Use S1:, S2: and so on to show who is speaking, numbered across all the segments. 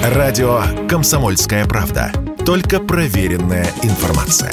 S1: Радио «Комсомольская правда». Только проверенная информация.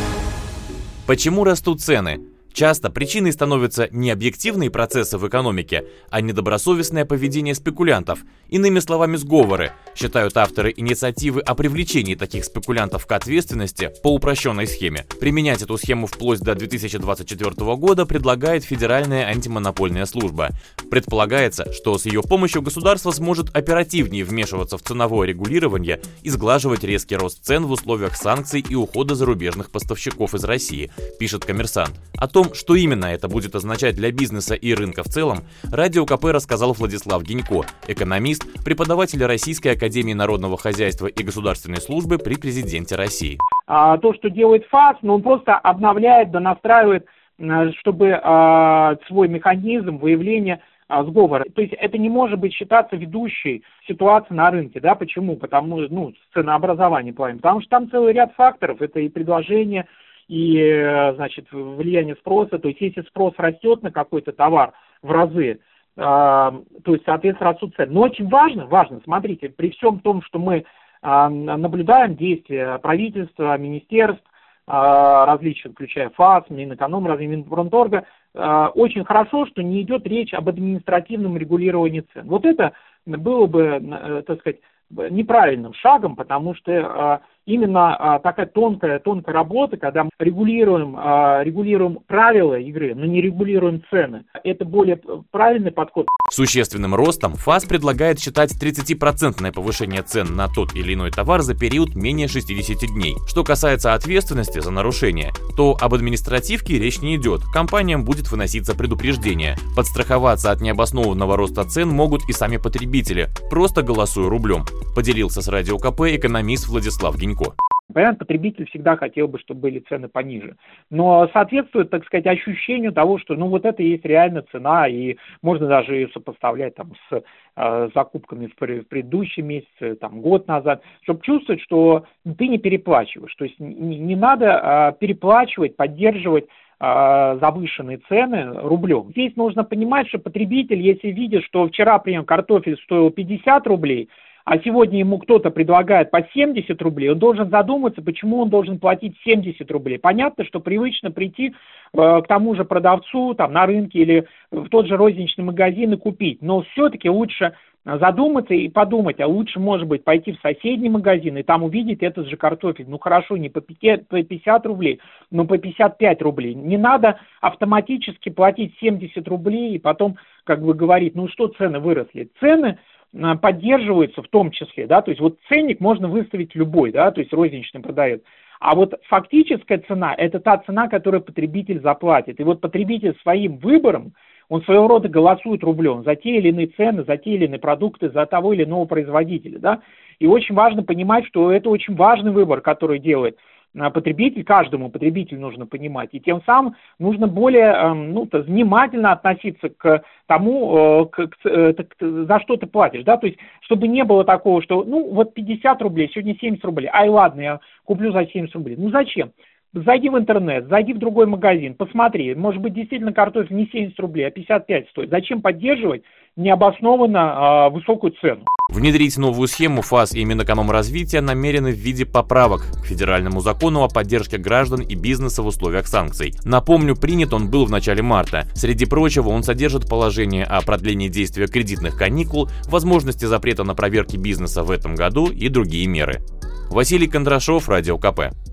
S2: Почему растут цены? Часто причиной становятся не объективные процессы в экономике, а недобросовестное поведение спекулянтов, иными словами сговоры, считают авторы инициативы о привлечении таких спекулянтов к ответственности по упрощенной схеме. Применять эту схему вплоть до 2024 года предлагает Федеральная антимонопольная служба. Предполагается, что с ее помощью государство сможет оперативнее вмешиваться в ценовое регулирование и сглаживать резкий рост цен в условиях санкций и ухода зарубежных поставщиков из России, пишет «Коммерсант». О том, что именно это будет означать для бизнеса и рынка в целом, Радио КП рассказал Владислав Гинько, экономист, преподаватель Российской академии народного хозяйства и государственной службы при президенте России.
S3: То, что делает ФАС, он просто обновляет, донастраивает, чтобы свой механизм выявления сговора. То есть это не может быть считаться ведущей ситуацией на рынке. Да? Почему? Потому с ценообразованием плане. Потому что там целый ряд факторов. Это и предложение, и, влияние спроса. То есть, если спрос растет на какой-то товар в разы, то есть, соответственно, растут цены. Но очень важно, смотрите, при всем том, что мы наблюдаем действия правительства, министерств, различных, включая ФАС, Минэкономразвития, Минпромторга, очень хорошо, что не идет речь об административном регулировании цен. Вот это было бы, неправильным шагом, потому что именно такая тонкая работа, когда мы регулируем правила игры, но не регулируем цены. Это более правильный подход.
S2: Существенным ростом ФАС предлагает считать 30% повышение цен на тот или иной товар за период менее 60 дней. Что касается ответственности за нарушение, то об административке речь не идет. Компаниям будет выноситься предупреждение. Подстраховаться от необоснованного роста цен могут и сами потребители, просто голосуя рублем, поделился с Радио КП экономист Владислав Гинько.
S3: Понятно, потребитель всегда хотел бы, чтобы были цены пониже. Но соответствует, ощущению того, что это и есть реальная цена, и можно даже ее сопоставлять с закупками в предыдущие месяцы, год назад, чтобы чувствовать, что ты не переплачиваешь. То есть не надо переплачивать, поддерживать завышенные цены рублем. Здесь нужно понимать, что потребитель, если видит, что вчера, например, картофель стоил 50 рублей, а сегодня ему кто-то предлагает по 70 рублей, он должен задуматься, почему он должен платить 70 рублей. Понятно, что привычно прийти к тому же продавцу на рынке или в тот же розничный магазин и купить. Но все-таки лучше задуматься и подумать, а лучше, может быть, пойти в соседний магазин и там увидеть этот же картофель. Хорошо, не по 50 рублей, но по 55 рублей. Не надо автоматически платить 70 рублей и потом говорить, что цены выросли. Цены поддерживаются в том числе, то есть ценник можно выставить любой, то есть розничный продавец. А фактическая цена – это та цена, которую потребитель заплатит. И потребитель своим выбором, он своего рода голосует рублем за те или иные цены, за те или иные продукты, за того или иного производителя, И очень важно понимать, что это очень важный выбор, который делает потребитель, каждому потребителю нужно понимать. И тем самым нужно более внимательно относиться к тому, за что ты платишь. То есть, чтобы не было такого, что 50 рублей, сегодня 70 рублей. Ай, ладно, я куплю за 70 рублей. Зачем? Зайди в интернет, зайди в другой магазин, посмотри. Может быть, действительно картофель не 70 рублей, а 55 стоит. Зачем поддерживать необоснованно высокую цену?
S2: Внедрить новую схему ФАС и Минэкономразвития намерены в виде поправок к федеральному закону о поддержке граждан и бизнеса в условиях санкций. Напомню, принят он был в начале марта. Среди прочего, он содержит положение о продлении действия кредитных каникул, возможности запрета на проверки бизнеса в этом году и другие меры. Василий Кондрашов, Радио КП.